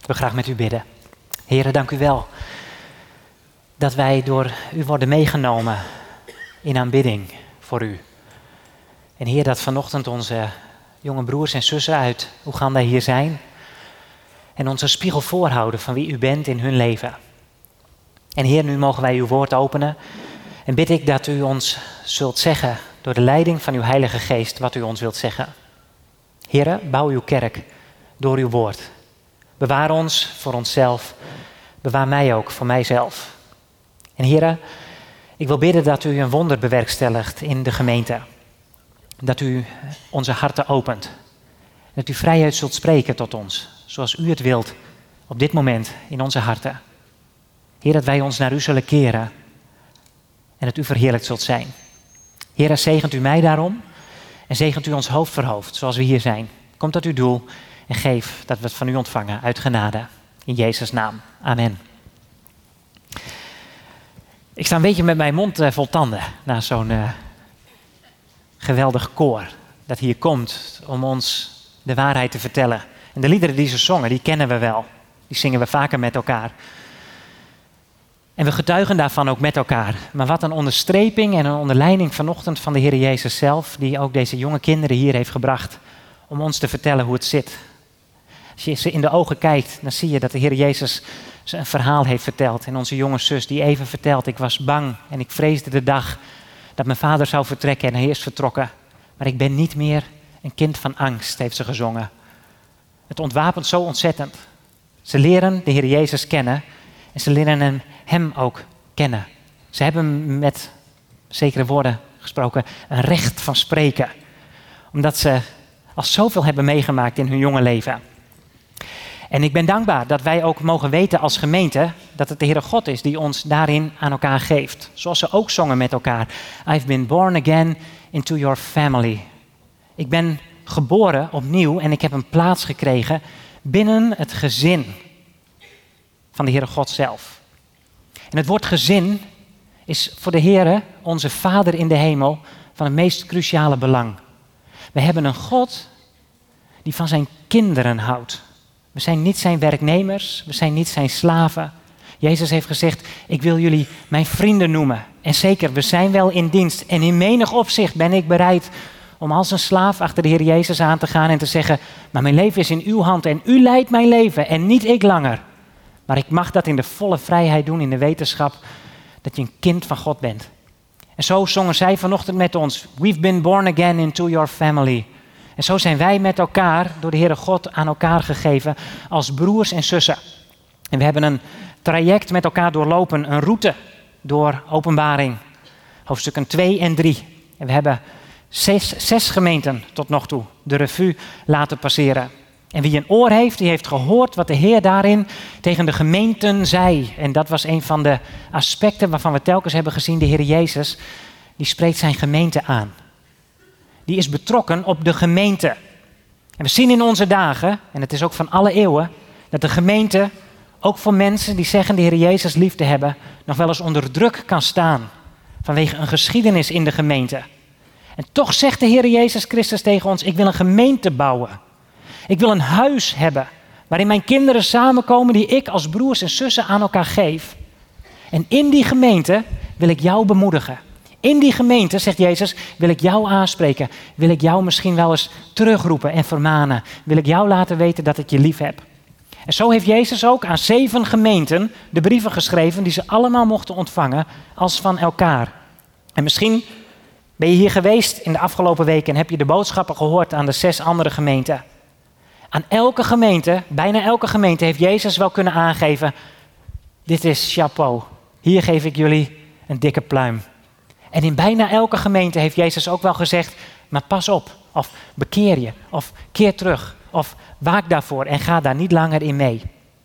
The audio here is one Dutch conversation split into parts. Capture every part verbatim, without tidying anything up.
wil graag met u bidden. Heren, dank u wel dat wij door u worden meegenomen in aanbidding voor u. En Heer, dat vanochtend onze jonge broers en zussen uit Oeganda hier zijn en ons een spiegel voorhouden van wie u bent in hun leven. En Heer, nu mogen wij uw woord openen en bid ik dat u ons zult zeggen door de leiding van uw Heilige Geest wat u ons wilt zeggen. Heer, bouw uw kerk door uw woord. Bewaar ons voor onszelf. Bewaar mij ook voor mijzelf. En Heer, ik wil bidden dat u een wonder bewerkstelligt in de gemeente. Dat u onze harten opent. Dat u vrijheid zult spreken tot ons, zoals u het wilt op dit moment in onze harten. Heer, dat wij ons naar u zullen keren en dat u verheerlijkt zult zijn. Heer, zegent u mij daarom en zegent u ons hoofd voor hoofd, zoals we hier zijn. Kom tot uw doel en geef dat we het van u ontvangen uit genade. In Jezus' naam. Amen. Ik sta een beetje met mijn mond uh, vol tanden na zo'n uh, geweldig koor dat hier komt om ons de waarheid te vertellen. En de liederen die ze zongen, die kennen we wel. Die zingen we vaker met elkaar. En we getuigen daarvan ook met elkaar. Maar wat een onderstreping en een onderlijning vanochtend van de Heer Jezus zelf, die ook deze jonge kinderen hier heeft gebracht om ons te vertellen hoe het zit. Als je ze in de ogen kijkt, dan zie je dat de Heer Jezus ze een verhaal heeft verteld. En onze jonge zus die even vertelt, ik was bang en ik vreesde de dag dat mijn vader zou vertrekken en hij is vertrokken. Maar ik ben niet meer een kind van angst, heeft ze gezongen. Het ontwapent zo ontzettend. Ze leren de Heer Jezus kennen en ze leren hem, hem ook kennen. Ze hebben met zekere woorden gesproken een recht van spreken. Omdat ze al zoveel hebben meegemaakt in hun jonge leven. En ik ben dankbaar dat wij ook mogen weten als gemeente dat het de Heere God is die ons daarin aan elkaar geeft. Zoals ze ook zongen met elkaar. I've been born again into your family. Ik ben geboren opnieuw en ik heb een plaats gekregen binnen het gezin van de Heere God zelf. En het woord gezin is voor de Heere, onze Vader in de hemel, van het meest cruciale belang. We hebben een God die van zijn kinderen houdt. We zijn niet zijn werknemers, we zijn niet zijn slaven. Jezus heeft gezegd, ik wil jullie mijn vrienden noemen. En zeker, we zijn wel in dienst. En in menig opzicht ben ik bereid om als een slaaf achter de Heer Jezus aan te gaan en te zeggen, maar mijn leven is in uw hand en u leidt mijn leven en niet ik langer. Maar ik mag dat in de volle vrijheid doen, in de wetenschap dat je een kind van God bent. En zo zongen zij vanochtend met ons, we've been born again into your family. En zo zijn wij met elkaar, door de Heere God, aan elkaar gegeven als broers en zussen. En we hebben een traject met elkaar doorlopen, een route door Openbaring, hoofdstukken twee en drie. En we hebben zes, zes gemeenten tot nog toe de revue laten passeren. En wie een oor heeft, die heeft gehoord wat de Heer daarin tegen de gemeenten zei. En dat was een van de aspecten waarvan we telkens hebben gezien, de Heer Jezus, die spreekt zijn gemeente aan. Die is betrokken op de gemeente. En we zien in onze dagen, en het is ook van alle eeuwen, dat de gemeente ook voor mensen die zeggen de Heer Jezus lief te hebben, nog wel eens onder druk kan staan. Vanwege een geschiedenis in de gemeente. En toch zegt de Heer Jezus Christus tegen ons, ik wil een gemeente bouwen. Ik wil een huis hebben waarin mijn kinderen samenkomen die ik als broers en zussen aan elkaar geef. En in die gemeente wil ik jou bemoedigen. In die gemeente, zegt Jezus, wil ik jou aanspreken. Wil ik jou misschien wel eens terugroepen en vermanen. Wil ik jou laten weten dat ik je lief heb. En zo heeft Jezus ook aan zeven gemeenten de brieven geschreven die ze allemaal mochten ontvangen als van elkaar. En misschien ben je hier geweest in de afgelopen weken en heb je de boodschappen gehoord aan de zes andere gemeenten. Aan elke gemeente, bijna elke gemeente, heeft Jezus wel kunnen aangeven, dit is chapeau. Hier geef ik jullie een dikke pluim. En in bijna elke gemeente heeft Jezus ook wel gezegd, maar pas op, of bekeer je, of keer terug, of waak daarvoor en ga daar niet langer in mee.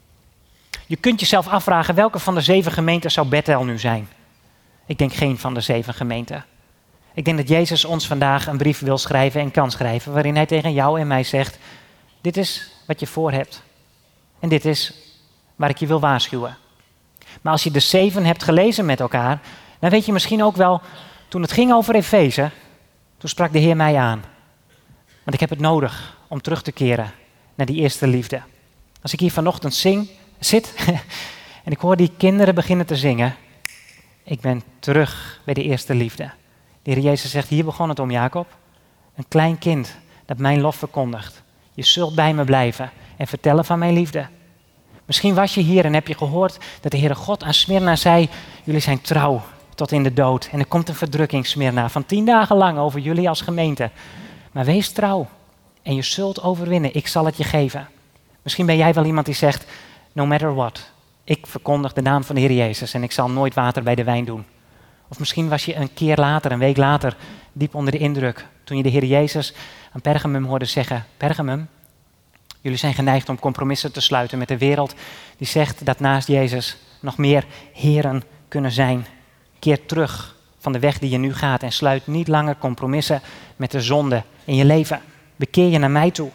Je kunt jezelf afvragen, welke van de zeven gemeenten zou Bethel nu zijn? Ik denk geen van de zeven gemeenten. Ik denk dat Jezus ons vandaag een brief wil schrijven en kan schrijven, waarin hij tegen jou en mij zegt, dit is wat je voor hebt. En dit is waar ik je wil waarschuwen. Maar als je de zeven hebt gelezen met elkaar, dan weet je misschien ook wel, toen het ging over Efeze, toen sprak de Heer mij aan. Want ik heb het nodig om terug te keren naar die eerste liefde. Als ik hier vanochtend zing, zit en ik hoor die kinderen beginnen te zingen. Ik ben terug bij de eerste liefde. De Heer Jezus zegt, hier begon het om, Jacob. Een klein kind dat mijn lof verkondigt. Je zult bij me blijven en vertellen van mijn liefde. Misschien was je hier en heb je gehoord dat de Heere God aan Smyrna zei, jullie zijn trouw tot in de dood. En er komt een verdrukking, Smyrna, van tien dagen lang over jullie als gemeente. Maar wees trouw en je zult overwinnen. Ik zal het je geven. Misschien ben jij wel iemand die zegt, no matter what. Ik verkondig de naam van de Heer Jezus en ik zal nooit water bij de wijn doen. Of misschien was je een keer later, een week later, diep onder de indruk. Toen je de Heer Jezus aan Pergamum hoorde zeggen, Pergamum, jullie zijn geneigd om compromissen te sluiten met de wereld die zegt dat naast Jezus nog meer heren kunnen zijn. Keer terug van de weg die je nu gaat en sluit niet langer compromissen met de zonde in je leven. Bekeer je naar mij toe.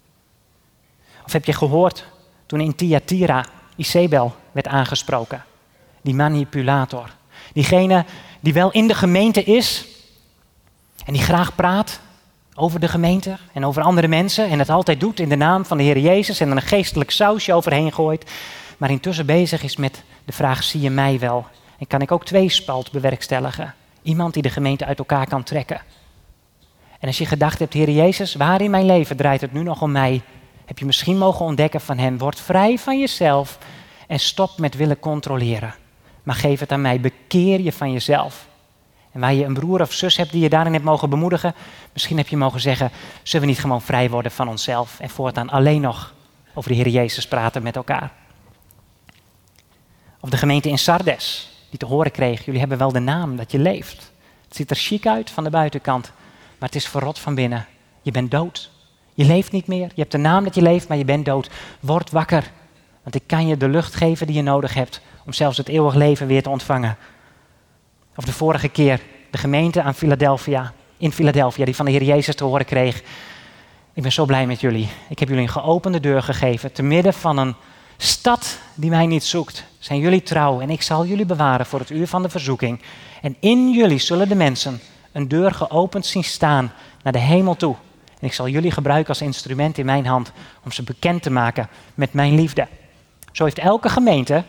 Of heb je gehoord toen in Thyatira Isabel werd aangesproken? Die manipulator. Diegene die wel in de gemeente is en die graag praat over de gemeente en over andere mensen en het altijd doet in de naam van de Heer Jezus en er een geestelijk sausje overheen gooit, maar intussen bezig is met de vraag, zie je mij wel? En kan ik ook tweespalt bewerkstelligen? Iemand die de gemeente uit elkaar kan trekken. En als je gedacht hebt, Heer Jezus, waar in mijn leven draait het nu nog om mij? Heb je misschien mogen ontdekken van hem, word vrij van jezelf en stop met willen controleren. Maar geef het aan mij, bekeer je van jezelf. En waar je een broer of zus hebt die je daarin hebt mogen bemoedigen, misschien heb je mogen zeggen, zullen we niet gewoon vrij worden van onszelf en voortaan alleen nog over de Heer Jezus praten met elkaar. Of de gemeente in Sardes, die te horen kreeg, jullie hebben wel de naam dat je leeft. Het ziet er chic uit van de buitenkant, maar het is verrot van binnen. Je bent dood. Je leeft niet meer. Je hebt de naam dat je leeft, maar je bent dood. Word wakker, want ik kan je de lucht geven die je nodig hebt om zelfs het eeuwig leven weer te ontvangen. Of de vorige keer, de gemeente aan Philadelphia, in Philadelphia, die van de Heer Jezus te horen kreeg. Ik ben zo blij met jullie. Ik heb jullie een geopende deur gegeven, te midden van een stad die mij niet zoekt. Zijn jullie trouw en ik zal jullie bewaren voor het uur van de verzoeking. En in jullie zullen de mensen een deur geopend zien staan naar de hemel toe. En ik zal jullie gebruiken als instrument in mijn hand om ze bekend te maken met mijn liefde. Zo heeft elke gemeente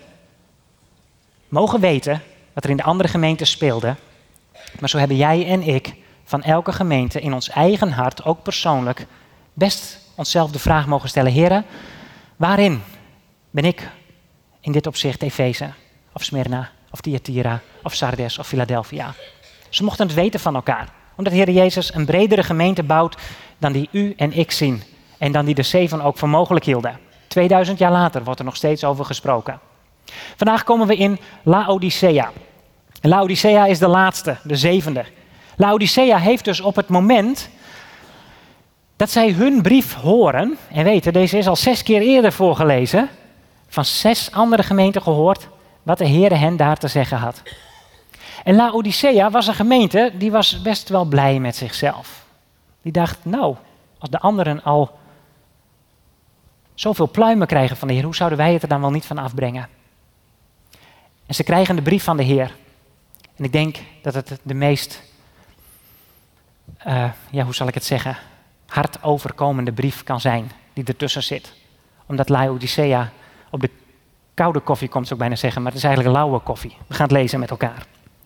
mogen weten wat er in de andere gemeenten speelde. Maar zo hebben jij en ik van elke gemeente in ons eigen hart, ook persoonlijk, best onszelf de vraag mogen stellen. Heren, waarin ben ik in dit opzicht Efeze of Smyrna of Thyatira of Sardes of Philadelphia? Ze mochten het weten van elkaar. Omdat de Heer Jezus een bredere gemeente bouwt dan die u en ik zien. En dan die de zeven ook voor mogelijk hielden. tweeduizend jaar later wordt er nog steeds over gesproken. Vandaag komen we in Laodicea. En Laodicea is de laatste, de zevende. Laodicea heeft dus op het moment dat zij hun brief horen, en weten, deze is al zes keer eerder voorgelezen, van zes andere gemeenten gehoord wat de Heer hen daar te zeggen had. En Laodicea was een gemeente die was best wel blij met zichzelf. Die dacht, nou, als de anderen al zoveel pluimen krijgen van de Heer, hoe zouden wij het er dan wel niet van afbrengen? En ze krijgen de brief van de Heer. En ik denk dat het de meest, uh, ja, hoe zal ik het zeggen, hard overkomende brief kan zijn die ertussen zit. Omdat Laodicea op de koude koffie komt, zou ik bijna zeggen, maar het is eigenlijk lauwe koffie. We gaan het lezen met elkaar.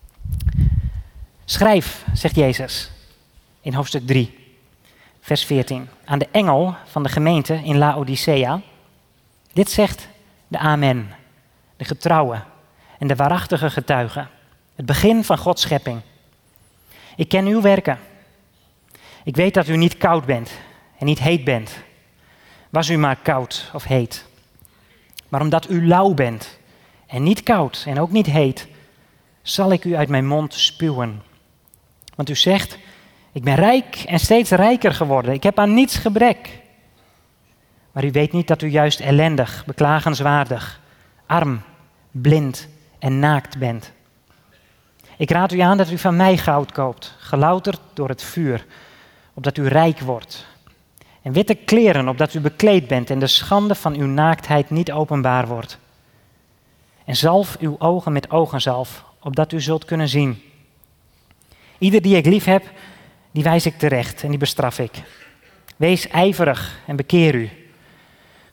Schrijf, zegt Jezus in hoofdstuk drie, vers veertien, aan de engel van de gemeente in Laodicea. Dit zegt de Amen, de getrouwe en de waarachtige getuige, het begin van Gods schepping. Ik ken uw werken. Ik weet dat u niet koud bent en niet heet bent. Was u maar koud of heet. Maar omdat u lauw bent en niet koud en ook niet heet, zal ik u uit mijn mond spuwen. Want u zegt, ik ben rijk en steeds rijker geworden. Ik heb aan niets gebrek. Maar u weet niet dat u juist ellendig, beklagenswaardig, arm, blind en naakt bent. Ik raad u aan dat u van mij goud koopt, gelouterd door het vuur, opdat u rijk wordt. En witte kleren, opdat u bekleed bent en de schande van uw naaktheid niet openbaar wordt. En zalf uw ogen met ogenzalf, opdat u zult kunnen zien. Ieder die ik lief heb, die wijs ik terecht en die bestraf ik. Wees ijverig en bekeer u.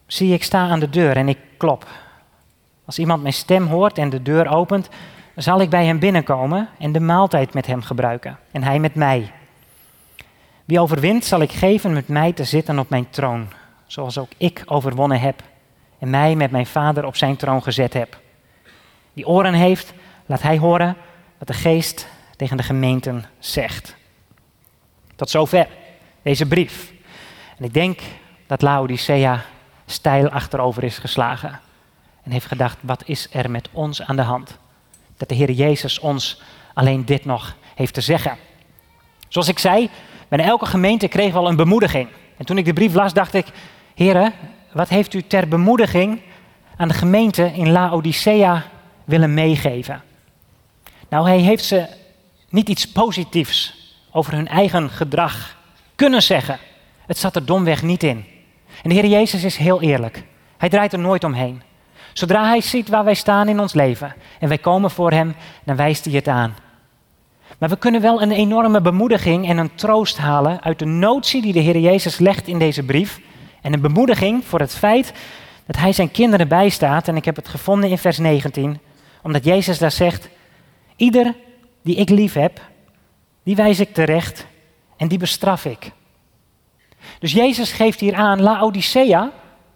Zie, ik sta aan de deur en ik klop. Als iemand mijn stem hoort en de deur opent, dan zal ik bij hem binnenkomen en de maaltijd met hem gebruiken. En hij met mij. Wie overwint, zal ik geven met mij te zitten op mijn troon. Zoals ook ik overwonnen heb en mij met mijn Vader op zijn troon gezet heb. Wie oren heeft, laat hij horen wat de Geest tegen de gemeenten zegt. Tot zover deze brief. En ik denk dat Laodicea steil achterover is geslagen. En heeft gedacht, wat is er met ons aan de hand? Dat de Heer Jezus ons alleen dit nog heeft te zeggen. Zoals ik zei, bij elke gemeente kregen we al een bemoediging. En toen ik de brief las, dacht ik, Heere, wat heeft u ter bemoediging aan de gemeente in Laodicea willen meegeven? Nou, hij heeft ze niet iets positiefs over hun eigen gedrag kunnen zeggen. Het zat er domweg niet in. En de Heer Jezus is heel eerlijk. Hij draait er nooit omheen. Zodra hij ziet waar wij staan in ons leven en wij komen voor hem, dan wijst hij het aan. Maar we kunnen wel een enorme bemoediging en een troost halen uit de notie die de Heer Jezus legt in deze brief. En een bemoediging voor het feit dat hij zijn kinderen bijstaat. En ik heb het gevonden in vers negentien, omdat Jezus daar zegt, ieder die ik lief heb, die wijs ik terecht en die bestraf ik. Dus Jezus geeft hier aan, Laodicea,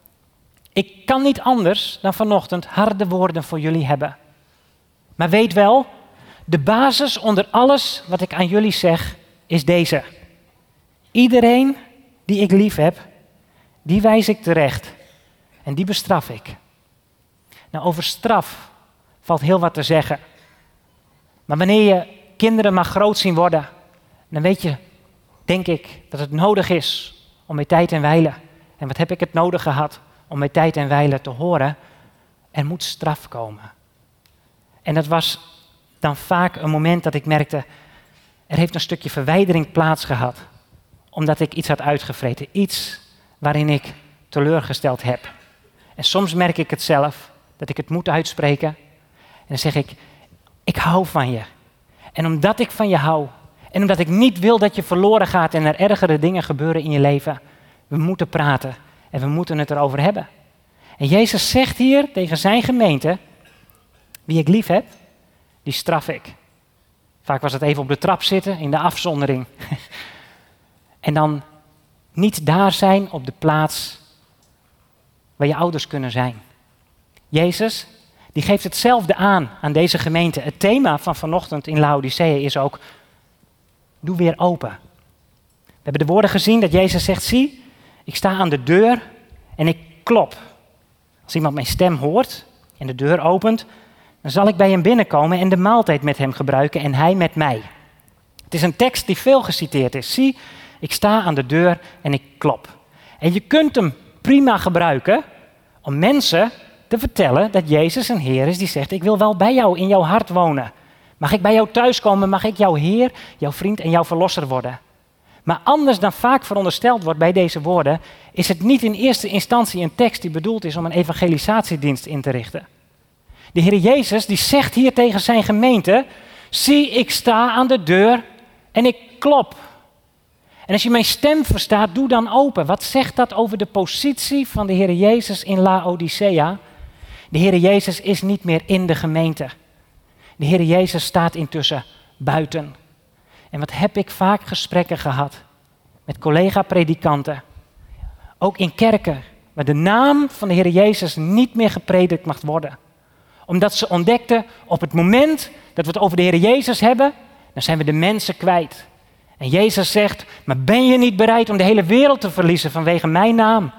ik kan niet anders dan vanochtend harde woorden voor jullie hebben. Maar weet wel, de basis onder alles wat ik aan jullie zeg, is deze. Iedereen die ik lief heb, die wijs ik terecht en die bestraf ik. Nou, over straf valt heel wat te zeggen. Maar wanneer je kinderen maar groot zien worden, dan weet je, denk ik, dat het nodig is om bij tijd en wijle. En wat heb ik het nodig gehad om bij tijd en wijle te horen? Er moet straf komen. En dat was dan vaak een moment dat ik merkte, er heeft een stukje verwijdering plaatsgehad. Omdat ik iets had uitgevreten. Iets waarin ik teleurgesteld heb. En soms merk ik het zelf, dat ik het moet uitspreken. En dan zeg ik, ik hou van je. En omdat ik van je hou, en omdat ik niet wil dat je verloren gaat en er ergere dingen gebeuren in je leven, we moeten praten en we moeten het erover hebben. En Jezus zegt hier tegen zijn gemeente, wie ik lief heb, die straf ik. Vaak was het even op de trap zitten, in de afzondering. En dan niet daar zijn op de plaats waar je ouders kunnen zijn. Jezus, die geeft hetzelfde aan aan deze gemeente. Het thema van vanochtend in Laodicea is ook, doe weer open. We hebben de woorden gezien dat Jezus zegt, zie, ik sta aan de deur en ik klop. Als iemand mijn stem hoort en de deur opent, dan zal ik bij hem binnenkomen en de maaltijd met hem gebruiken en hij met mij. Het is een tekst die veel geciteerd is. Zie, ik sta aan de deur en ik klop. En je kunt hem prima gebruiken om mensen te vertellen dat Jezus een Heer is die zegt, ik wil wel bij jou in jouw hart wonen. Mag ik bij jou thuiskomen, mag ik jouw Heer, jouw vriend en jouw verlosser worden. Maar anders dan vaak verondersteld wordt bij deze woorden, is het niet in eerste instantie een tekst die bedoeld is om een evangelisatiedienst in te richten. De Heer Jezus die zegt hier tegen zijn gemeente, zie, ik sta aan de deur en ik klop. En als je mijn stem verstaat, doe dan open. Wat zegt dat over de positie van de Heer Jezus in Laodicea? De Heer Jezus is niet meer in de gemeente. De Heer Jezus staat intussen buiten. En wat heb ik vaak gesprekken gehad met collega-predikanten. Ook in kerken waar de naam van de Heer Jezus niet meer gepredikt mag worden. Omdat ze ontdekten, op het moment dat we het over de Heer Jezus hebben, dan zijn we de mensen kwijt. En Jezus zegt, maar ben je niet bereid om de hele wereld te verliezen vanwege mijn naam?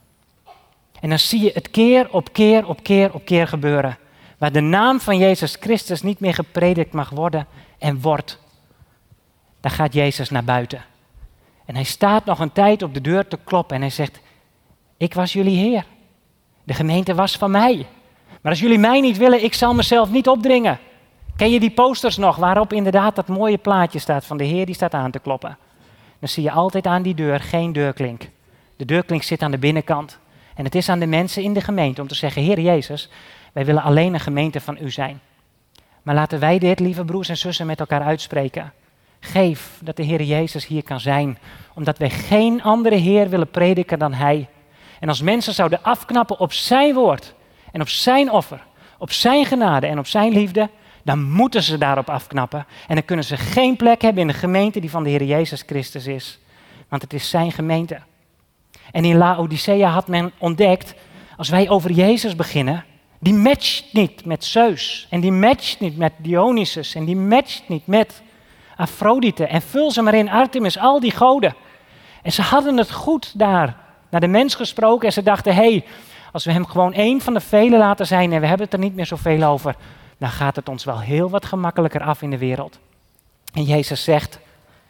En dan zie je het keer op keer op keer op keer gebeuren. Waar de naam van Jezus Christus niet meer gepredikt mag worden en wordt. Dan gaat Jezus naar buiten. En hij staat nog een tijd op de deur te kloppen en hij zegt, ik was jullie Heer. De gemeente was van mij. Maar als jullie mij niet willen, ik zal mezelf niet opdringen. Ken je die posters nog waarop inderdaad dat mooie plaatje staat van de Heer die staat aan te kloppen? Dan zie je altijd aan die deur geen deurklink. De deurklink zit aan de binnenkant. En het is aan de mensen in de gemeente om te zeggen, Heer Jezus, wij willen alleen een gemeente van u zijn. Maar laten wij dit, lieve broers en zussen, met elkaar uitspreken. Geef dat de Heer Jezus hier kan zijn, omdat wij geen andere Heer willen prediken dan Hij. En als mensen zouden afknappen op zijn woord en op zijn offer, op zijn genade en op zijn liefde, dan moeten ze daarop afknappen. En dan kunnen ze geen plek hebben in de gemeente die van de Heer Jezus Christus is. Want het is zijn gemeente. En in Laodicea had men ontdekt, als wij over Jezus beginnen, die matcht niet met Zeus. En die matcht niet met Dionysus. En die matcht niet met Afrodite. En vul ze maar in, Artemis, al die goden. En ze hadden het goed daar naar de mens gesproken. En ze dachten, hé, hey, als we hem gewoon één van de velen laten zijn en we hebben het er niet meer zoveel over, dan gaat het ons wel heel wat gemakkelijker af in de wereld. En Jezus zegt,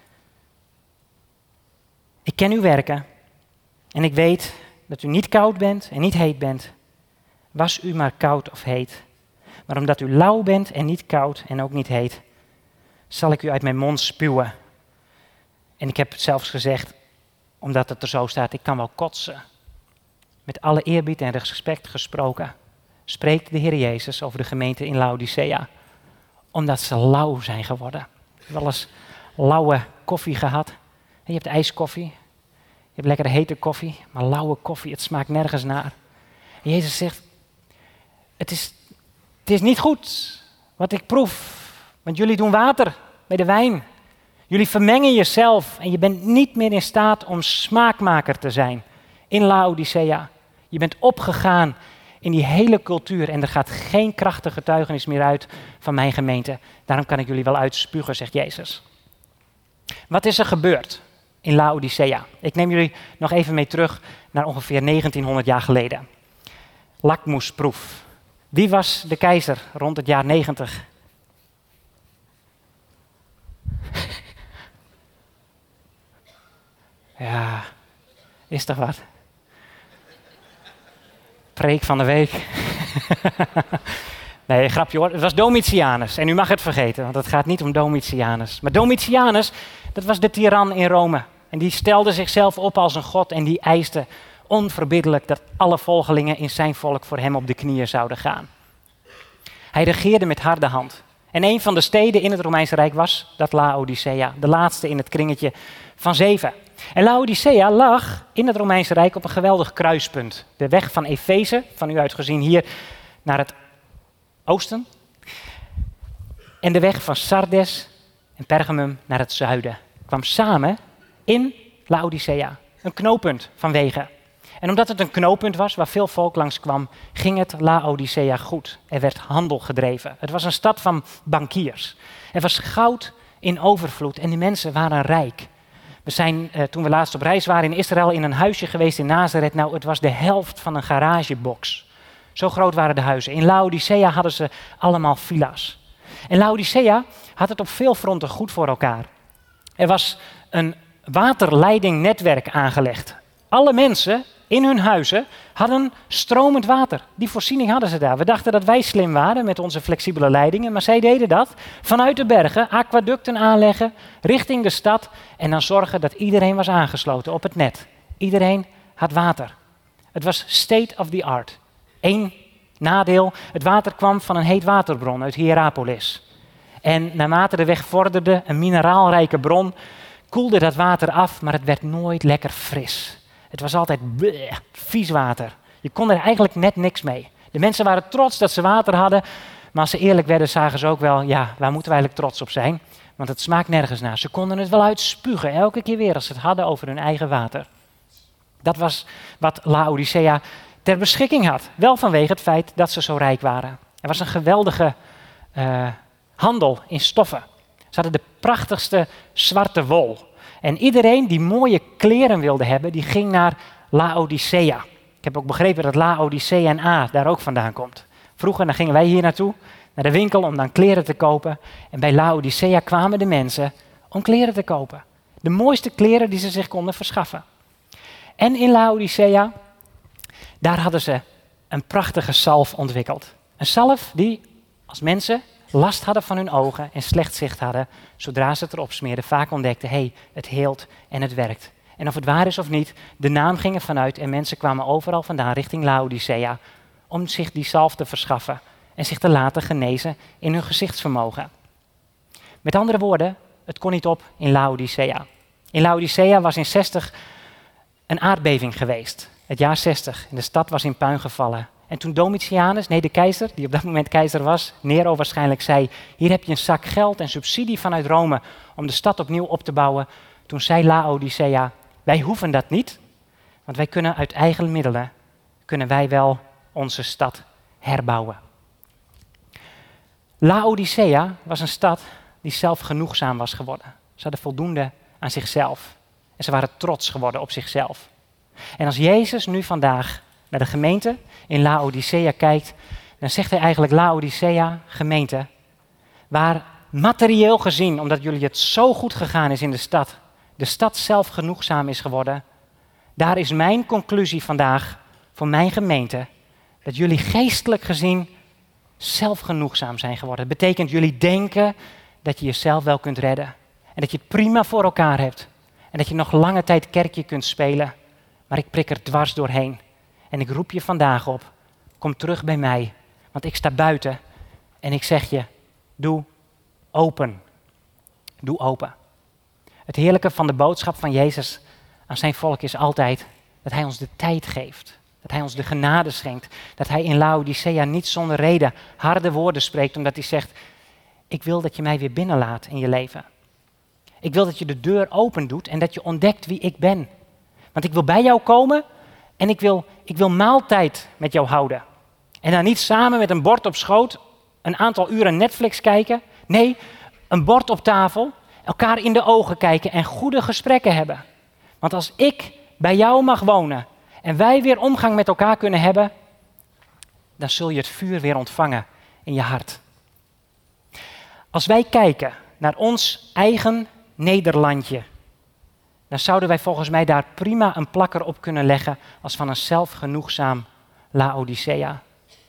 ik ken uw werken en ik weet dat u niet koud bent en niet heet bent. Was u maar koud of heet. Maar omdat u lauw bent en niet koud en ook niet heet, zal ik u uit mijn mond spuwen. En ik heb het zelfs gezegd, omdat het er zo staat, ik kan wel kotsen. Met alle eerbied en respect gesproken, spreekt de Heer Jezus over de gemeente in Laodicea. Omdat ze lauw zijn geworden. Je hebt wel eens lauwe koffie gehad. Je hebt ijskoffie, je hebt lekkere hete koffie, maar lauwe koffie, het smaakt nergens naar. En Jezus zegt, het is, het is niet goed wat ik proef, want jullie doen water bij de wijn. Jullie vermengen jezelf en je bent niet meer in staat om smaakmaker te zijn in Laodicea. Je bent opgegaan in die hele cultuur en er gaat geen krachtige getuigenis meer uit van mijn gemeente. Daarom kan ik jullie wel uitspugen, zegt Jezus. Wat is er gebeurd in Laodicea? Ik neem jullie nog even mee terug naar ongeveer negentienhonderd jaar geleden. Lakmoesproef. Wie was de keizer rond het jaar negentig? Ja, is toch wat? Preek van de week. Nee, grapje hoor. Het was Domitianus. En u mag het vergeten, want het gaat niet om Domitianus. Maar Domitianus, dat was de tiran in Rome. En die stelde zichzelf op als een god en die eiste onverbiddelijk dat alle volgelingen in zijn volk voor hem op de knieën zouden gaan. Hij regeerde met harde hand. En een van de steden in het Romeinse Rijk was dat Laodicea, de laatste in het kringetje van zeven. En Laodicea lag in het Romeinse Rijk op een geweldig kruispunt. De weg van Efeze, van u uit gezien hier, naar het oosten. En de weg van Sardes en Pergamum naar het zuiden kwam samen in Laodicea. Een knooppunt van wegen. En omdat het een knooppunt was waar veel volk langs kwam, ging het Laodicea goed. Er werd handel gedreven. Het was een stad van bankiers. Er was goud in overvloed en die mensen waren rijk. We zijn uh, toen we laatst op reis waren in Israël in een huisje geweest in Nazareth. Nou, het was de helft van een garagebox. Zo groot waren de huizen. In Laodicea hadden ze allemaal villa's. En Laodicea had het op veel fronten goed voor elkaar. Er was een waterleidingnetwerk aangelegd. Alle mensen in hun huizen hadden stromend water. Die voorziening hadden ze daar. We dachten dat wij slim waren met onze flexibele leidingen, maar zij deden dat. Vanuit de bergen, aquaducten aanleggen, richting de stad en dan zorgen dat iedereen was aangesloten op het net. Iedereen had water. Het was state of the art. Eén nadeel, het water kwam van een heetwaterbron uit Hierapolis. En naarmate de weg vorderde, een mineraalrijke bron, koelde dat water af, maar het werd nooit lekker fris. Het was altijd bleh, vies water. Je kon er eigenlijk net niks mee. De mensen waren trots dat ze water hadden, maar als ze eerlijk werden zagen ze ook wel, ja, waar moeten we eigenlijk trots op zijn? Want het smaakt nergens naar. Ze konden het wel uitspugen, elke keer weer als ze het hadden over hun eigen water. Dat was wat Laodicea ter beschikking had. Wel vanwege het feit dat ze zo rijk waren. Er was een geweldige uh, handel in stoffen. Ze hadden de prachtigste zwarte wol. En iedereen die mooie kleren wilde hebben, die ging naar Laodicea. Ik heb ook begrepen dat Laodicea en A daar ook vandaan komt. Vroeger dan gingen wij hier naartoe, naar de winkel om dan kleren te kopen. En bij Laodicea kwamen de mensen om kleren te kopen. De mooiste kleren die ze zich konden verschaffen. En in Laodicea, daar hadden ze een prachtige zalf ontwikkeld. Een zalf die, als mensen last hadden van hun ogen en slecht zicht hadden, zodra ze het erop smeerden, vaak ontdekten, hé, hey, het heelt en het werkt. En of het waar is of niet, de naam ging er vanuit en mensen kwamen overal vandaan richting Laodicea om zich die zalf te verschaffen en zich te laten genezen in hun gezichtsvermogen. Met andere woorden, het kon niet op in Laodicea. In Laodicea was in zestig een aardbeving geweest. Het jaar zestig en de stad was in puin gevallen. En toen Domitianus, nee de keizer, die op dat moment keizer was, Nero waarschijnlijk zei, hier heb je een zak geld en subsidie vanuit Rome om de stad opnieuw op te bouwen. Toen zei Laodicea, wij hoeven dat niet, want wij kunnen uit eigen middelen, kunnen wij wel onze stad herbouwen. Laodicea was een stad die zelfgenoegzaam was geworden. Ze hadden voldoende aan zichzelf en ze waren trots geworden op zichzelf. En als Jezus nu vandaag naar de gemeente in Laodicea kijkt, dan zegt hij eigenlijk Laodicea, gemeente, waar materieel gezien, omdat jullie het zo goed gegaan is in de stad, de stad zelfgenoegzaam is geworden, daar is mijn conclusie vandaag voor mijn gemeente, dat jullie geestelijk gezien zelfgenoegzaam zijn geworden. Dat betekent jullie denken dat je jezelf wel kunt redden en dat je het prima voor elkaar hebt en dat je nog lange tijd kerkje kunt spelen, maar ik prik er dwars doorheen. En ik roep je vandaag op, kom terug bij mij, want ik sta buiten en ik zeg je, doe open. Doe open. Het heerlijke van de boodschap van Jezus aan zijn volk is altijd dat hij ons de tijd geeft. Dat hij ons de genade schenkt. Dat hij in Laodicea niet zonder reden harde woorden spreekt, omdat hij zegt, ik wil dat je mij weer binnenlaat in je leven. Ik wil dat je de deur open doet en dat je ontdekt wie ik ben. Want ik wil bij jou komen en ik wil, ik wil maaltijd met jou houden. En dan niet samen met een bord op schoot een aantal uren Netflix kijken. Nee, een bord op tafel, elkaar in de ogen kijken en goede gesprekken hebben. Want als ik bij jou mag wonen en wij weer omgang met elkaar kunnen hebben, dan zul je het vuur weer ontvangen in je hart. Als wij kijken naar ons eigen Nederlandje, dan zouden wij volgens mij daar prima een plakker op kunnen leggen als van een zelfgenoegzaam Laodicea.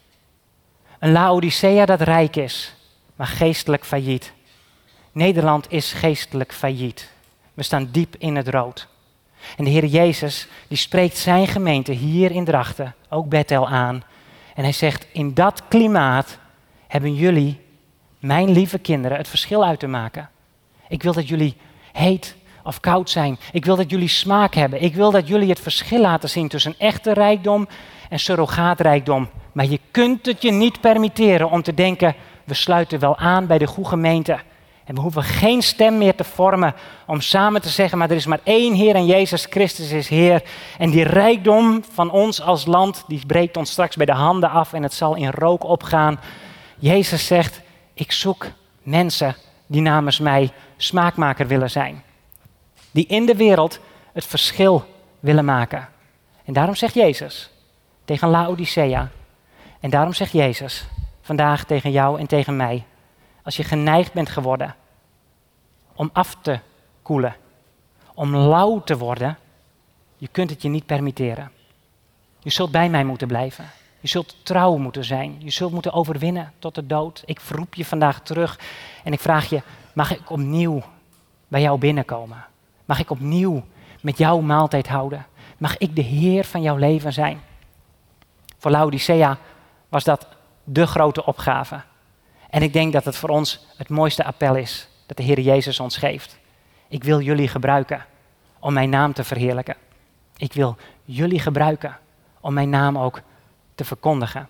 Een Laodicea dat rijk is, maar geestelijk failliet. Nederland is geestelijk failliet. We staan diep in het rood. En de Heer Jezus, die spreekt zijn gemeente hier in Drachten, ook Bethel aan. En hij zegt, in dat klimaat hebben jullie, mijn lieve kinderen, het verschil uit te maken. Ik wil dat jullie heet of koud zijn. Ik wil dat jullie smaak hebben. Ik wil dat jullie het verschil laten zien tussen echte rijkdom en surrogaatrijkdom. Maar je kunt het je niet permitteren om te denken, we sluiten wel aan bij de goede gemeente. En we hoeven geen stem meer te vormen om samen te zeggen, maar er is maar één Heer en Jezus Christus is Heer. En die rijkdom van ons als land, die breekt ons straks bij de handen af en het zal in rook opgaan. Jezus zegt, ik zoek mensen die namens mij smaakmaker willen zijn. Die in de wereld het verschil willen maken. En daarom zegt Jezus tegen Laodicea, en daarom zegt Jezus vandaag tegen jou en tegen mij, als je geneigd bent geworden om af te koelen, om lauw te worden, je kunt het je niet permitteren. Je zult bij mij moeten blijven. Je zult trouw moeten zijn. Je zult moeten overwinnen tot de dood. Ik roep je vandaag terug en ik vraag je, mag ik opnieuw bij jou binnenkomen? Mag ik opnieuw met jou maaltijd houden? Mag ik de Heer van jouw leven zijn? Voor Laodicea was dat de grote opgave. En ik denk dat het voor ons het mooiste appel is dat de Heer Jezus ons geeft. Ik wil jullie gebruiken om mijn naam te verheerlijken. Ik wil jullie gebruiken om mijn naam ook te verkondigen.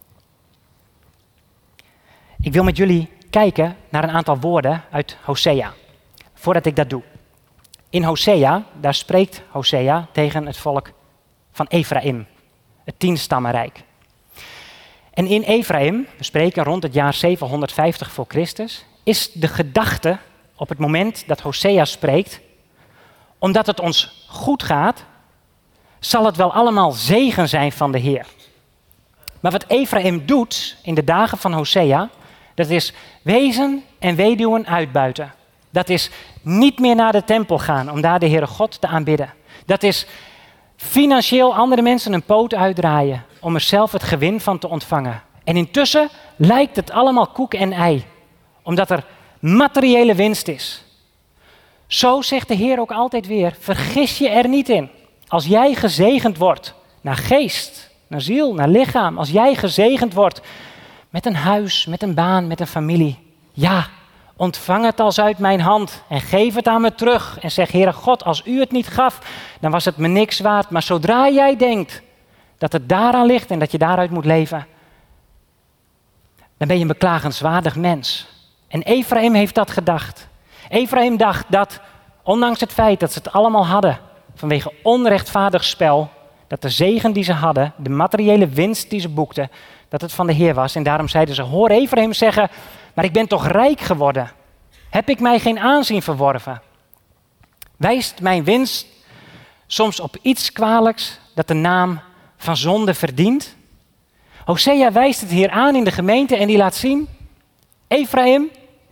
Ik wil met jullie kijken naar een aantal woorden uit Hosea. Voordat ik dat doe. In Hosea, daar spreekt Hosea tegen het volk van Ephraim, het tienstammenrijk. En in Ephraim, we spreken rond het jaar zevenhonderdvijftig voor Christus, is de gedachte op het moment dat Hosea spreekt, omdat het ons goed gaat, zal het wel allemaal zegen zijn van de Heer. Maar wat Ephraim doet in de dagen van Hosea, dat is wezen en weduwen uitbuiten. Dat is niet meer naar de tempel gaan om daar de Heere God te aanbidden. Dat is financieel andere mensen een poot uitdraaien om er zelf het gewin van te ontvangen. En intussen lijkt het allemaal koek en ei, omdat er materiële winst is. Zo zegt de Heer ook altijd weer, vergis je er niet in. Als jij gezegend wordt naar geest, naar ziel, naar lichaam, als jij gezegend wordt met een huis, met een baan, met een familie, ja, Ontvang het als uit mijn hand en geef het aan me terug. En zeg, Heere God, als u het niet gaf, dan was het me niks waard. Maar zodra jij denkt dat het daaraan ligt en dat je daaruit moet leven, dan ben je een beklagenswaardig mens. En Ephraim heeft dat gedacht. Ephraim dacht dat, ondanks het feit dat ze het allemaal hadden, vanwege onrechtvaardig spel, dat de zegen die ze hadden, de materiële winst die ze boekten, dat het van de Heer was. En daarom zeiden ze, hoor Ephraim zeggen, maar ik ben toch rijk geworden. Heb ik mij geen aanzien verworven? Wijst mijn winst soms op iets kwalijks dat de naam van zonde verdient? Hosea wijst het hier aan in de gemeente en die laat zien, Ephraim,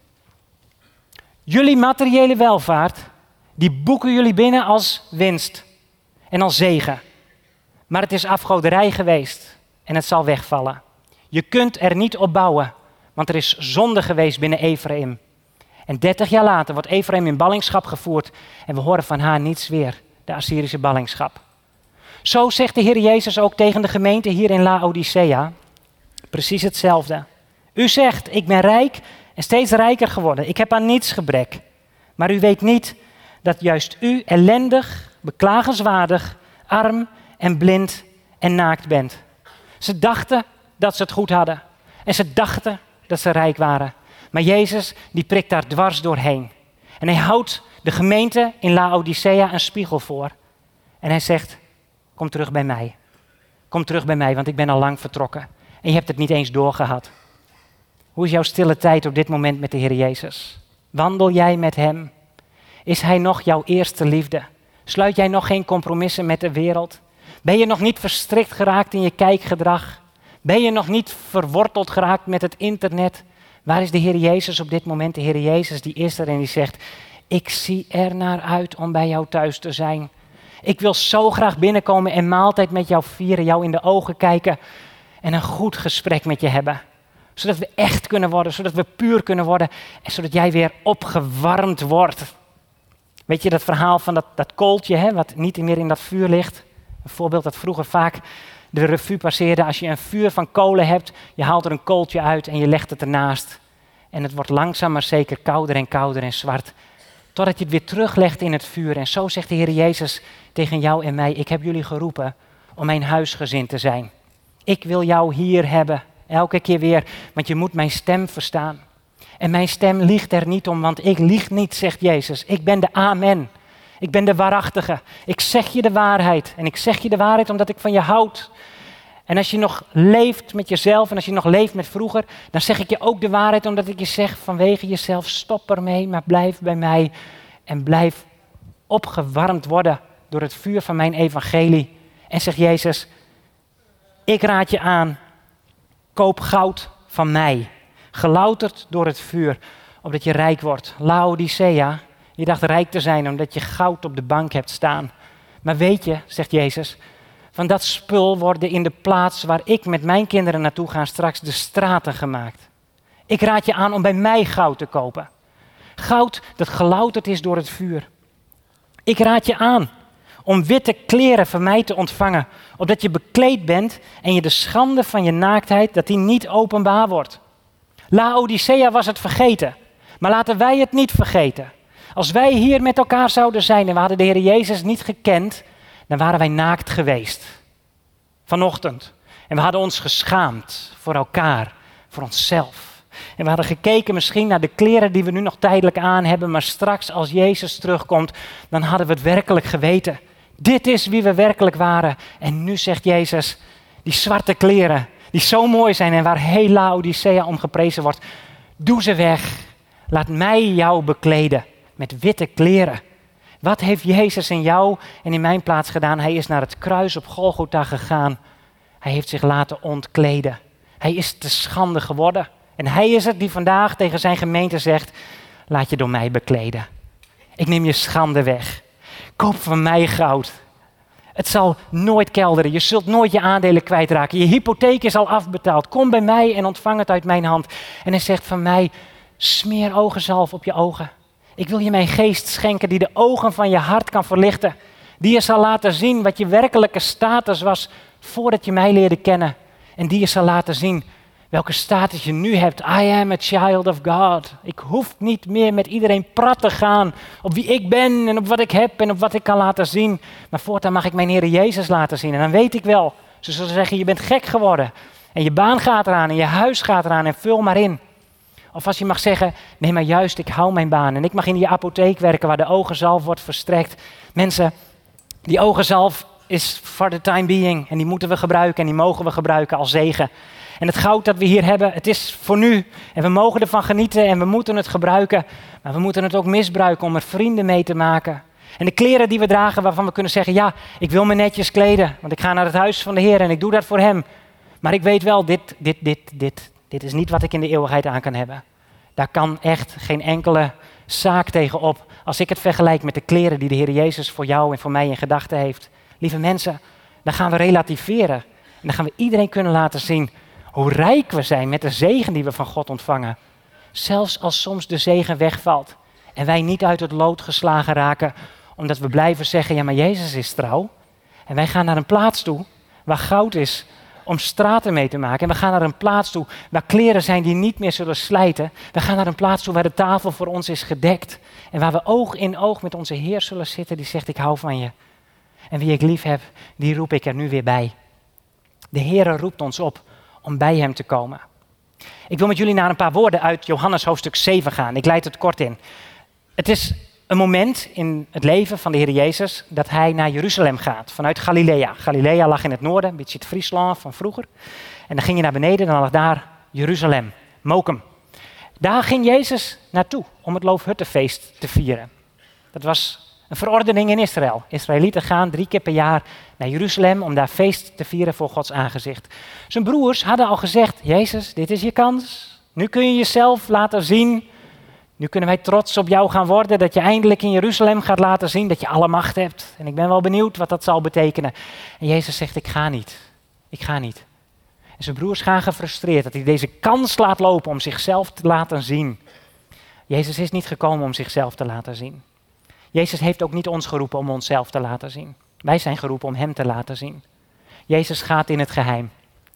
jullie materiële welvaart, die boeken jullie binnen als winst en als zegen. Maar het is afgoderij geweest en het zal wegvallen. Je kunt er niet op bouwen, want er is zonde geweest binnen Ephraim. En dertig jaar later wordt Ephraim in ballingschap gevoerd en we horen van haar niets weer, de Assyrische ballingschap. Zo zegt de Heer Jezus ook tegen de gemeente hier in Laodicea, precies hetzelfde. U zegt, ik ben rijk en steeds rijker geworden. Ik heb aan niets gebrek. Maar u weet niet dat juist u ellendig, beklagenswaardig, arm en blind en naakt bent. Ze dachten dat ze het goed hadden. En ze dachten dat ze rijk waren. Maar Jezus, die prikt daar dwars doorheen. En hij houdt de gemeente in Laodicea een spiegel voor. En hij zegt, kom terug bij mij. Kom terug bij mij, want ik ben al lang vertrokken. En je hebt het niet eens doorgehad. Hoe is jouw stille tijd op dit moment met de Heer Jezus? Wandel jij met hem? Is hij nog jouw eerste liefde? Sluit jij nog geen compromissen met de wereld? Ben je nog niet verstrikt geraakt in je kijkgedrag? Ben je nog niet verworteld geraakt met het internet? Waar is de Heer Jezus op dit moment? De Heer Jezus die is er en die zegt, ik zie er naar uit om bij jou thuis te zijn. Ik wil zo graag binnenkomen en maaltijd met jou vieren, jou in de ogen kijken en een goed gesprek met je hebben. Zodat we echt kunnen worden, zodat we puur kunnen worden en zodat jij weer opgewarmd wordt. Weet je dat verhaal van dat, dat kooltje, hè, wat niet meer in dat vuur ligt? Een voorbeeld dat vroeger vaak de revue passeerde. Als je een vuur van kolen hebt, je haalt er een kooltje uit en je legt het ernaast. En het wordt langzaam maar zeker kouder en kouder en zwart. Totdat je het weer teruglegt in het vuur. En zo zegt de Heer Jezus tegen jou en mij, ik heb jullie geroepen om mijn huisgezin te zijn. Ik wil jou hier hebben, elke keer weer, want je moet mijn stem verstaan. En mijn stem liegt er niet om, want ik lieg niet, zegt Jezus. Ik ben de Amen. Ik ben de waarachtige. Ik zeg je de waarheid. En ik zeg je de waarheid omdat ik van je houd. En als je nog leeft met jezelf en als je nog leeft met vroeger, dan zeg ik je ook de waarheid omdat ik je zeg vanwege jezelf, stop ermee, maar blijf bij mij. En blijf opgewarmd worden door het vuur van mijn evangelie. En zegt Jezus, ik raad je aan, koop goud van mij. Gelouterd door het vuur, opdat je rijk wordt. Laodicea, je dacht rijk te zijn omdat je goud op de bank hebt staan. Maar weet je, zegt Jezus, van dat spul worden in de plaats waar ik met mijn kinderen naartoe ga straks de straten gemaakt. Ik raad je aan om bij mij goud te kopen. Goud dat gelouterd is door het vuur. Ik raad je aan om witte kleren van mij te ontvangen, opdat je bekleed bent en je de schande van je naaktheid, dat die niet openbaar wordt. Laodicea was het vergeten, maar laten wij het niet vergeten. Als wij hier met elkaar zouden zijn en we hadden de Heer Jezus niet gekend, dan waren wij naakt geweest. Vanochtend. En we hadden ons geschaamd voor elkaar, voor onszelf. En we hadden gekeken misschien naar de kleren die we nu nog tijdelijk aan hebben, maar straks als Jezus terugkomt, dan hadden we het werkelijk geweten. Dit is wie we werkelijk waren. En nu zegt Jezus, die zwarte kleren, die zo mooi zijn en waar heel Laodicea om geprezen wordt, doe ze weg. Laat mij jou bekleden met witte kleren. Wat heeft Jezus in jou en in mijn plaats gedaan? Hij is naar het kruis op Golgotha gegaan. Hij heeft zich laten ontkleden. Hij is te schande geworden. En hij is het die vandaag tegen zijn gemeente zegt, laat je door mij bekleden. Ik neem je schande weg. Koop van mij goud. Het zal nooit kelderen. Je zult nooit je aandelen kwijtraken. Je hypotheek is al afbetaald. Kom bij mij en ontvang het uit mijn hand. En hij zegt van mij, smeer ogenzalf op je ogen. Ik wil je mijn geest schenken die de ogen van je hart kan verlichten. Die je zal laten zien wat je werkelijke status was voordat je mij leerde kennen. En die je zal laten zien Welke status je nu hebt. I am a child of God. Ik hoef niet meer met iedereen prat te gaan op wie ik ben en op wat ik heb en op wat ik kan laten zien. Maar voortaan mag ik mijn Heer Jezus laten zien. En dan weet ik wel, ze zullen zeggen, je bent gek geworden. En je baan gaat eraan en je huis gaat eraan en vul maar in. Of als je mag zeggen, nee maar juist, ik hou mijn baan. En ik mag in die apotheek werken waar de ogenzalf wordt verstrekt. Mensen, die ogenzalf is for the time being. En die moeten we gebruiken en die mogen we gebruiken als zegen. En het goud dat we hier hebben, het is voor nu. En we mogen ervan genieten en we moeten het gebruiken. Maar we moeten het ook misbruiken om er vrienden mee te maken. En de kleren die we dragen waarvan we kunnen zeggen, ja, ik wil me netjes kleden. Want ik ga naar het huis van de Heer en ik doe dat voor hem. Maar ik weet wel, dit, dit, dit, dit, dit is niet wat ik in de eeuwigheid aan kan hebben. Daar kan echt geen enkele zaak tegen op. Als ik het vergelijk met de kleren die de Heer Jezus voor jou en voor mij in gedachten heeft. Lieve mensen, dan gaan we relativeren. En dan gaan we iedereen kunnen laten zien hoe rijk we zijn met de zegen die we van God ontvangen. Zelfs als soms de zegen wegvalt en wij niet uit het lood geslagen raken, omdat we blijven zeggen, ja maar Jezus is trouw. En wij gaan naar een plaats toe waar goud is om straten mee te maken. En we gaan naar een plaats toe waar kleren zijn die niet meer zullen slijten. We gaan naar een plaats toe waar de tafel voor ons is gedekt. En waar we oog in oog met onze Heer zullen zitten die zegt, ik hou van je. En wie ik lief heb, die roep ik er nu weer bij. De Heer roept ons op om bij hem te komen. Ik wil met jullie naar een paar woorden uit Johannes hoofdstuk zeven gaan. Ik leid het kort in. Het is een moment in het leven van de Heer Jezus dat hij naar Jeruzalem gaat, vanuit Galilea. Galilea lag in het noorden, een beetje het Friesland van vroeger. En dan ging je naar beneden en dan lag daar Jeruzalem, Mokum. Daar ging Jezus naartoe om het Loofhuttenfeest te vieren. Dat was een verordening in Israël. Israëlieten gaan drie keer per jaar naar Jeruzalem om daar feest te vieren voor Gods aangezicht. Zijn broers hadden al gezegd, Jezus, dit is je kans. Nu kun je jezelf laten zien. Nu kunnen wij trots op jou gaan worden, dat je eindelijk in Jeruzalem gaat laten zien dat je alle macht hebt. En ik ben wel benieuwd wat dat zal betekenen. En Jezus zegt, ik ga niet. Ik ga niet. En zijn broers gaan gefrustreerd dat hij deze kans laat lopen om zichzelf te laten zien. Jezus is niet gekomen om zichzelf te laten zien. Jezus heeft ook niet ons geroepen om onszelf te laten zien. Wij zijn geroepen om hem te laten zien. Jezus gaat in het geheim.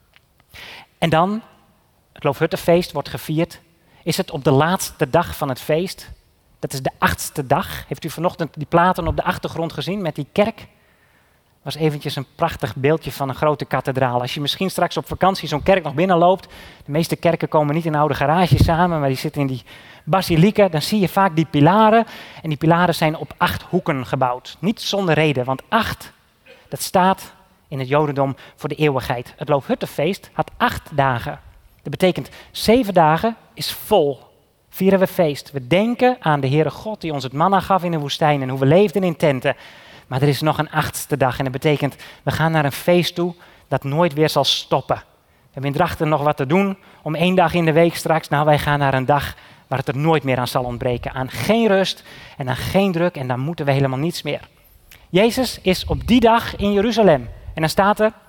En dan, het Loofhuttenfeest wordt gevierd. Is het op de laatste dag van het feest. Dat is de achtste dag. Heeft u vanochtend die platen op de achtergrond gezien met die kerk? Dat was eventjes een prachtig beeldje van een grote kathedraal. Als je misschien straks op vakantie zo'n kerk nog binnenloopt. De meeste kerken komen niet in oude garages samen, maar die zitten in die basilieken. Dan zie je vaak die pilaren. En die pilaren zijn op acht hoeken gebouwd. Niet zonder reden, want acht, dat staat in het Jodendom voor de eeuwigheid. Het Loofhuttenfeest had acht dagen. Dat betekent, zeven dagen is vol. Vieren we feest. We denken aan de Heere God die ons het manna gaf in de woestijn en hoe we leefden in tenten. Maar er is nog een achtste dag en dat betekent, we gaan naar een feest toe dat nooit weer zal stoppen. We hebben in Drachten nog wat te doen om één dag in de week straks. Nou, wij gaan naar een dag waar het er nooit meer aan zal ontbreken. Aan geen rust en aan geen druk en dan moeten we helemaal niets meer. Jezus is op die dag in Jeruzalem. En dan staat er,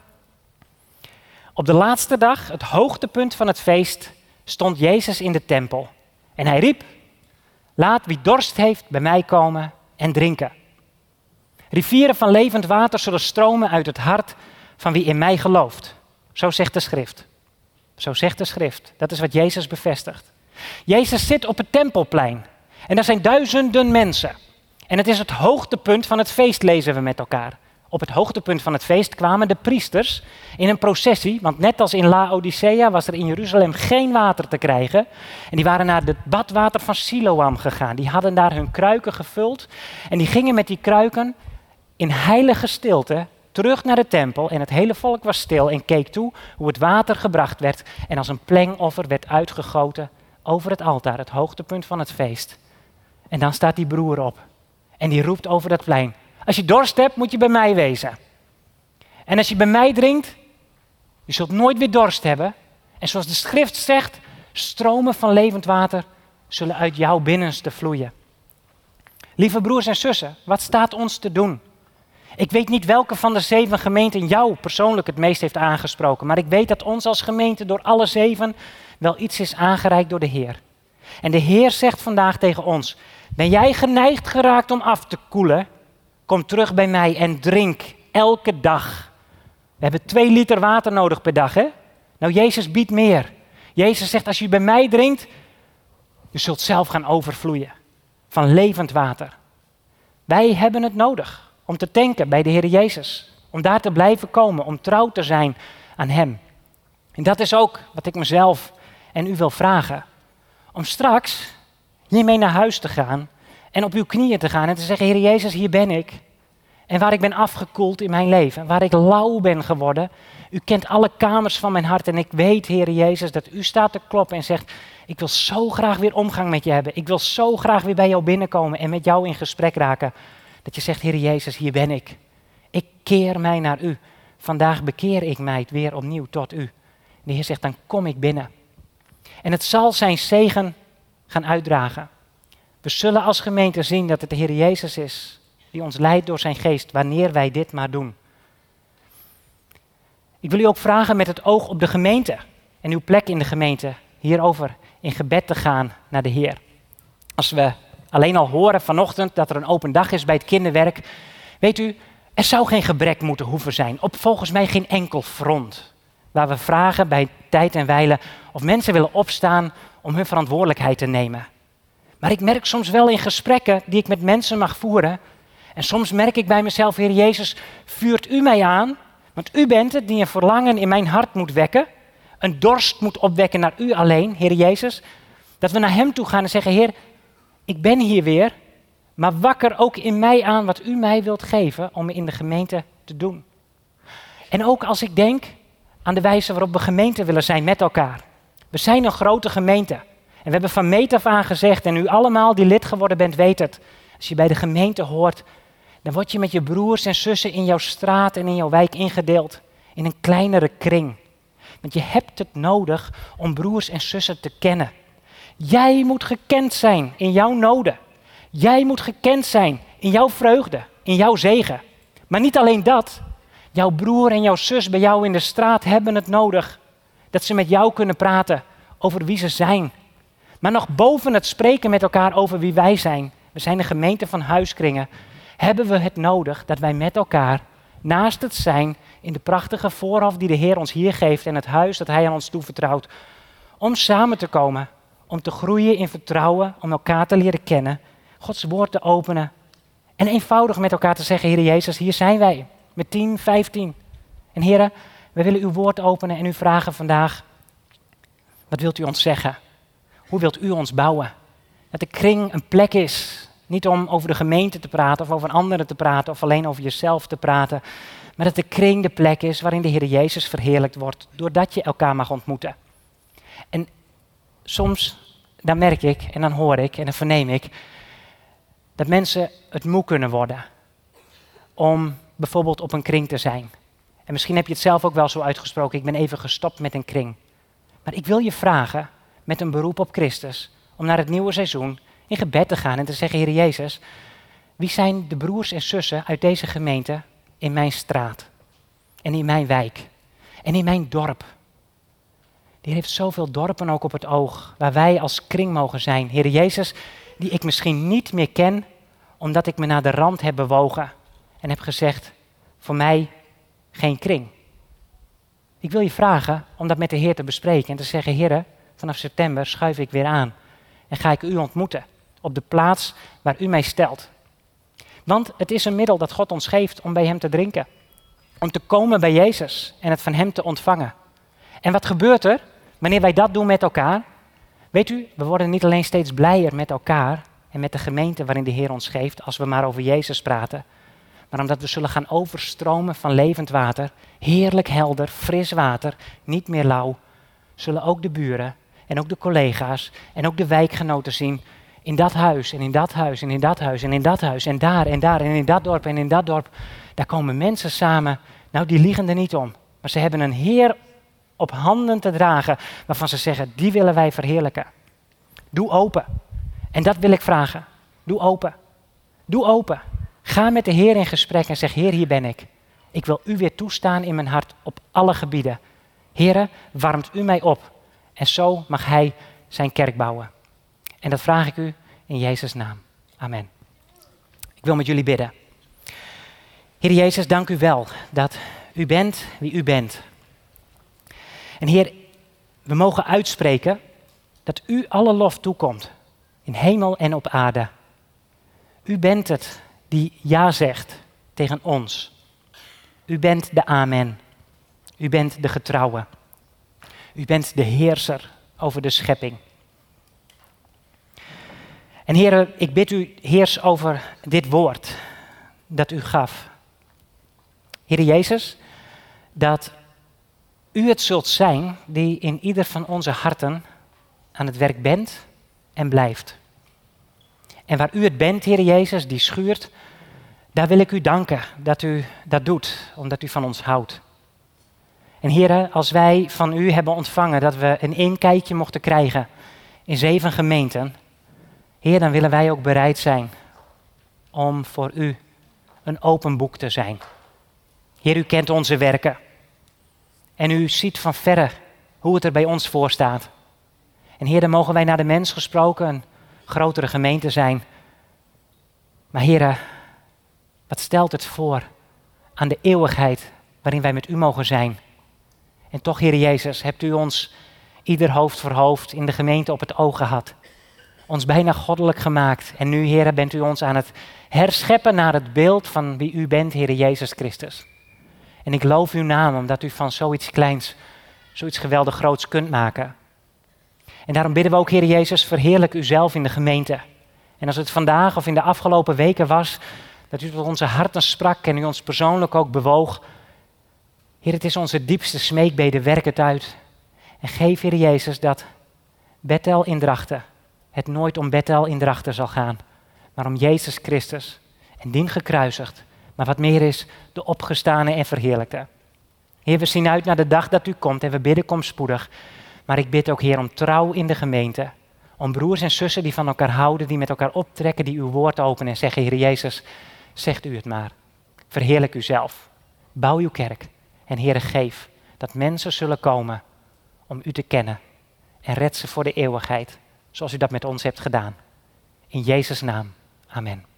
op de laatste dag, het hoogtepunt van het feest, stond Jezus in de tempel. En hij riep, laat wie dorst heeft bij mij komen en drinken. Rivieren van levend water zullen stromen uit het hart van wie in mij gelooft. Zo zegt de schrift. Zo zegt de schrift. Dat is wat Jezus bevestigt. Jezus zit op het tempelplein. En daar zijn duizenden mensen. En het is het hoogtepunt van het feest, lezen we met elkaar. Op het hoogtepunt van het feest kwamen de priesters in een processie. Want net als in Laodicea was er in Jeruzalem geen water te krijgen. En die waren naar het badwater van Siloam gegaan. Die hadden daar hun kruiken gevuld. En die gingen met die kruiken in heilige stilte terug naar de tempel. En het hele volk was stil en keek toe hoe het water gebracht werd. En als een plengoffer werd uitgegoten over het altaar. Het hoogtepunt van het feest. En dan staat die broer op. En die roept over dat plein. Als je dorst hebt, moet je bij mij wezen. En als je bij mij drinkt, je zult nooit weer dorst hebben. En zoals de schrift zegt, stromen van levend water zullen uit jouw binnenste vloeien. Lieve broers en zussen, wat staat ons te doen? Ik weet niet welke van de zeven gemeenten jou persoonlijk het meest heeft aangesproken. Maar ik weet dat ons als gemeente door alle zeven wel iets is aangereikt door de Heer. En de Heer zegt vandaag tegen ons, ben jij geneigd geraakt om af te koelen? Kom terug bij mij en drink elke dag. We hebben twee liter water nodig per dag, hè? Nou, Jezus biedt meer. Jezus zegt, als je bij mij drinkt, je zult zelf gaan overvloeien van levend water. Wij hebben het nodig om te tanken bij de Heer Jezus. Om daar te blijven komen, om trouw te zijn aan Hem. En dat is ook wat ik mezelf en u wil vragen. Om straks hiermee naar huis te gaan en op uw knieën te gaan en te zeggen, Heer Jezus, hier ben ik. En waar ik ben afgekoeld in mijn leven, waar ik lauw ben geworden. U kent alle kamers van mijn hart en ik weet, Heer Jezus, dat u staat te kloppen en zegt, ik wil zo graag weer omgang met je hebben. Ik wil zo graag weer bij jou binnenkomen en met jou in gesprek raken. Dat je zegt, Heer Jezus, hier ben ik. Ik keer mij naar u. Vandaag bekeer ik mij weer opnieuw tot u. En de Heer zegt, dan kom ik binnen. En het zal zijn zegen gaan uitdragen. We zullen als gemeente zien dat het de Heer Jezus is die ons leidt door zijn geest, wanneer wij dit maar doen. Ik wil u ook vragen met het oog op de gemeente en uw plek in de gemeente, hierover in gebed te gaan naar de Heer. Als we alleen al horen vanochtend dat er een open dag is bij het kinderwerk, weet u, er zou geen gebrek moeten hoeven zijn, op volgens mij geen enkel front, waar we vragen bij tijd en wijle of mensen willen opstaan om hun verantwoordelijkheid te nemen. Maar ik merk soms wel in gesprekken die ik met mensen mag voeren, en soms merk ik bij mezelf, Heer Jezus, vuurt u mij aan, want u bent het die een verlangen in mijn hart moet wekken, een dorst moet opwekken naar u alleen, Heer Jezus, dat we naar hem toe gaan en zeggen, Heer, ik ben hier weer, maar wakker ook in mij aan wat u mij wilt geven om in de gemeente te doen. En ook als ik denk aan de wijze waarop we gemeente willen zijn met elkaar. We zijn een grote gemeente en we hebben van meet af aan gezegd, en u allemaal die lid geworden bent, weet het, als je bij de gemeente hoort, dan word je met je broers en zussen in jouw straat en in jouw wijk ingedeeld in een kleinere kring. Want je hebt het nodig om broers en zussen te kennen. Jij moet gekend zijn in jouw noden. Jij moet gekend zijn in jouw vreugde, in jouw zegen. Maar niet alleen dat. Jouw broer en jouw zus bij jou in de straat hebben het nodig dat ze met jou kunnen praten over wie ze zijn. Maar nog boven het spreken met elkaar over wie wij zijn, we zijn een gemeente van huiskringen, hebben we het nodig dat wij met elkaar, naast het zijn in de prachtige voorhof die de Heer ons hier geeft en het huis dat Hij aan ons toevertrouwt, om samen te komen, om te groeien in vertrouwen, om elkaar te leren kennen, Gods woord te openen en eenvoudig met elkaar te zeggen, Heer Jezus, hier zijn wij, met tien, vijftien. En Heer, we willen uw woord openen en u vragen vandaag, wat wilt u ons zeggen? Hoe wilt u ons bouwen? Dat de kring een plek is, niet om over de gemeente te praten of over anderen te praten of alleen over jezelf te praten, maar dat de kring de plek is waarin de Heer Jezus verheerlijkt wordt, doordat je elkaar mag ontmoeten. En soms, dan merk ik en dan hoor ik en dan verneem ik, dat mensen het moe kunnen worden om bijvoorbeeld op een kring te zijn. En misschien heb je het zelf ook wel zo uitgesproken, ik ben even gestopt met een kring. Maar ik wil je vragen, met een beroep op Christus, om naar het nieuwe seizoen in gebed te gaan en te zeggen, Heer Jezus, wie zijn de broers en zussen uit deze gemeente in mijn straat en in mijn wijk en in mijn dorp? De Heer heeft zoveel dorpen ook op het oog, waar wij als kring mogen zijn. Heer Jezus, die ik misschien niet meer ken, omdat ik me naar de rand heb bewogen en heb gezegd, voor mij geen kring. Ik wil je vragen om dat met de Heer te bespreken en te zeggen, Heer, vanaf september schuif ik weer aan en ga ik u ontmoeten op de plaats waar u mij stelt. Want het is een middel dat God ons geeft om bij hem te drinken. Om te komen bij Jezus en het van hem te ontvangen. En wat gebeurt er wanneer wij dat doen met elkaar? Weet u, we worden niet alleen steeds blijer met elkaar en met de gemeente waarin de Heer ons geeft als we maar over Jezus praten. Maar omdat we zullen gaan overstromen van levend water, heerlijk helder, fris water, niet meer lauw, zullen ook de buren en ook de collega's en ook de wijkgenoten zien, in dat huis en in dat huis en in dat huis en in dat huis en daar en daar en in dat dorp en in dat dorp. Daar komen mensen samen, nou die liegen er niet om. Maar ze hebben een Heer op handen te dragen waarvan ze zeggen, die willen wij verheerlijken. Doe open. En dat wil ik vragen. Doe open. Doe open. Ga met de Heer in gesprek en zeg, Heer, hier ben ik. Ik wil u weer toestaan in mijn hart op alle gebieden. Heere, warmt u mij op. En zo mag Hij zijn kerk bouwen. En dat vraag ik u in Jezus' naam. Amen. Ik wil met jullie bidden. Heer Jezus, dank u wel dat u bent wie u bent. En Heer, We mogen uitspreken dat u alle lof toekomt, in hemel en op aarde. U bent het die ja zegt tegen ons. U bent de Amen. U bent de getrouwe. U bent de heerser over de schepping. En Heere, ik bid u, heers over dit woord dat u gaf. Heere Jezus, dat u het zult zijn die in ieder van onze harten aan het werk bent en blijft. En waar u het bent, Heere Jezus, die schuurt, daar wil ik u danken dat u dat doet, omdat u van ons houdt. En Heere, als wij van u hebben ontvangen dat we een inkijkje mochten krijgen in zeven gemeenten, Heer, dan willen wij ook bereid zijn om voor u een open boek te zijn. Heer, u kent onze werken. En u ziet van verre hoe het er bij ons voor staat. En Heer, dan mogen wij naar de mens gesproken een grotere gemeente zijn. Maar Heer, wat stelt het voor aan de eeuwigheid waarin wij met u mogen zijn? En toch, Heer Jezus, hebt u ons ieder hoofd voor hoofd in de gemeente op het oog gehad. Ons bijna goddelijk gemaakt. En nu, Heer, bent u ons aan het herscheppen naar het beeld van wie u bent, Heer Jezus Christus. En ik loof uw naam omdat u van zoiets kleins, zoiets geweldig groots kunt maken. En daarom bidden we ook, Heer Jezus, verheerlijk u zelf in de gemeente. En als het vandaag of in de afgelopen weken was, dat u tot onze harten sprak en u ons persoonlijk ook bewoog. Heer, het is onze diepste smeekbede, werk het uit. En geef, Heer Jezus, dat Bethel in Drachten het nooit om Bethel in Drachten zal gaan, maar om Jezus Christus en dien gekruisigd. Maar wat meer is, de opgestane en verheerlijkte. Heer, we zien uit naar de dag dat u komt en we bidden, kom spoedig. Maar ik bid ook, Heer, om trouw in de gemeente. Om broers en zussen die van elkaar houden, die met elkaar optrekken, die uw woord openen en zeggen, Heer Jezus, zegt u het maar. Verheerlijk uzelf. Bouw uw kerk. En Heer, geef dat mensen zullen komen om u te kennen. En red ze voor de eeuwigheid, zoals u dat met ons hebt gedaan. In Jezus' naam. Amen.